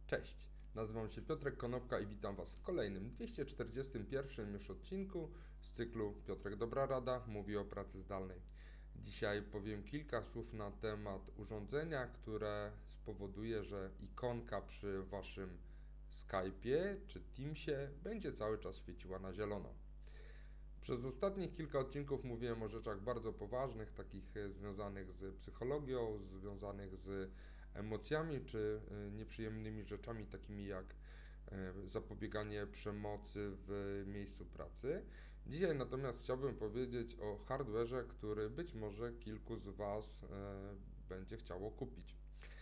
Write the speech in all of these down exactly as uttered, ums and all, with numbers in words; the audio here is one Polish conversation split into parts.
Cześć, nazywam się Piotrek Konopka i witam Was w kolejnym dwieście czterdziestym pierwszym już odcinku z cyklu Piotrek Dobra Rada mówi o pracy zdalnej. Dzisiaj powiem kilka słów na temat urządzenia, które spowoduje, że ikonka przy Waszym Skype'ie czy Teamsie będzie cały czas świeciła na zielono. Przez ostatnich kilka odcinków mówiłem o rzeczach bardzo poważnych, takich związanych z psychologią, związanych z emocjami czy nieprzyjemnymi rzeczami, takimi jak zapobieganie przemocy w miejscu pracy. Dzisiaj natomiast chciałbym powiedzieć o hardware'ze, który być może kilku z Was będzie chciało kupić.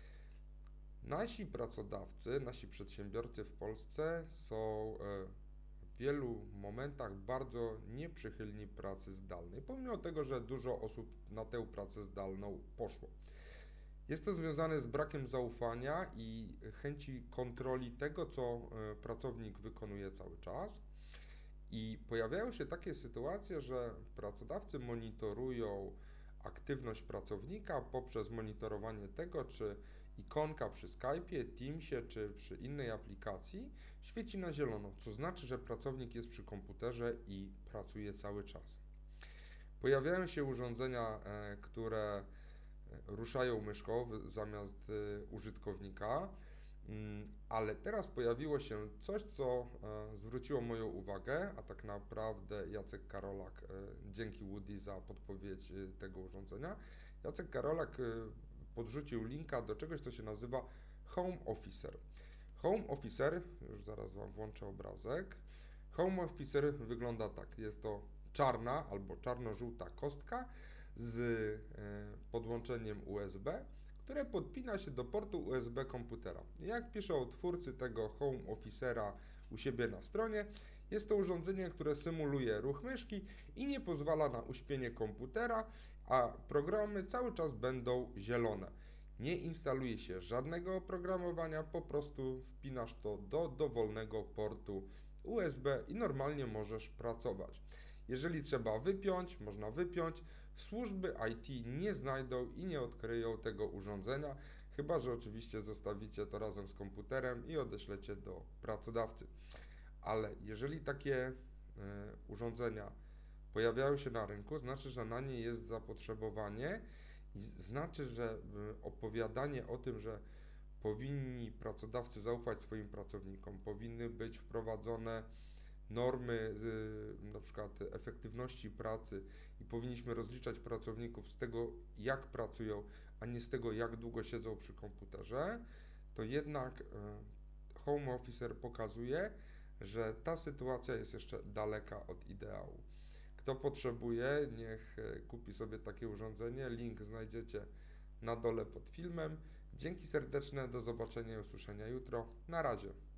Nasi pracodawcy, nasi przedsiębiorcy w Polsce są w wielu momentach bardzo nieprzychylni pracy zdalnej, pomimo tego, że dużo osób na tę pracę zdalną poszło. Jest to związane z brakiem zaufania i chęci kontroli tego, co pracownik wykonuje cały czas. I pojawiają się takie sytuacje, że pracodawcy monitorują aktywność pracownika poprzez monitorowanie tego, czy ikonka przy Skype'ie, Teamsie czy przy innej aplikacji świeci na zielono, co znaczy, że pracownik jest przy komputerze i pracuje cały czas. Pojawiają się urządzenia, które ruszają myszką zamiast użytkownika, ale teraz pojawiło się coś, co zwróciło moją uwagę, a tak naprawdę Jacek Karolak, dzięki Woody za podpowiedź tego urządzenia, Jacek Karolak podrzucił linka do czegoś, co się nazywa Home Officer. Home Officer, już zaraz Wam włączę obrazek. Home Officer wygląda tak, jest to czarna albo czarno-żółta kostka z podłączeniem U S B, które podpina się do portu U S B komputera. Jak piszą twórcy tego Home Officera u siebie na stronie, jest to urządzenie, które symuluje ruch myszki i nie pozwala na uśpienie komputera, a programy cały czas będą zielone. Nie instaluje się żadnego oprogramowania, po prostu wpinasz to do dowolnego portu U S B i normalnie możesz pracować. Jeżeli trzeba wypiąć, można wypiąć. Służby I T nie znajdą i nie odkryją tego urządzenia, chyba że oczywiście zostawicie to razem z komputerem i odeślecie do pracodawcy. Ale jeżeli takie y, urządzenia pojawiają się na rynku, znaczy, że na nie jest zapotrzebowanie i znaczy, że y, opowiadanie o tym, że powinni pracodawcy zaufać swoim pracownikom, powinny być wprowadzone normy na przykład efektywności pracy i powinniśmy rozliczać pracowników z tego, jak pracują, a nie z tego, jak długo siedzą przy komputerze, to jednak Home Officer pokazuje, że ta sytuacja jest jeszcze daleka od ideału. Kto potrzebuje, niech kupi sobie takie urządzenie. Link znajdziecie na dole pod filmem. Dzięki serdeczne, do zobaczenia i usłyszenia jutro. Na razie.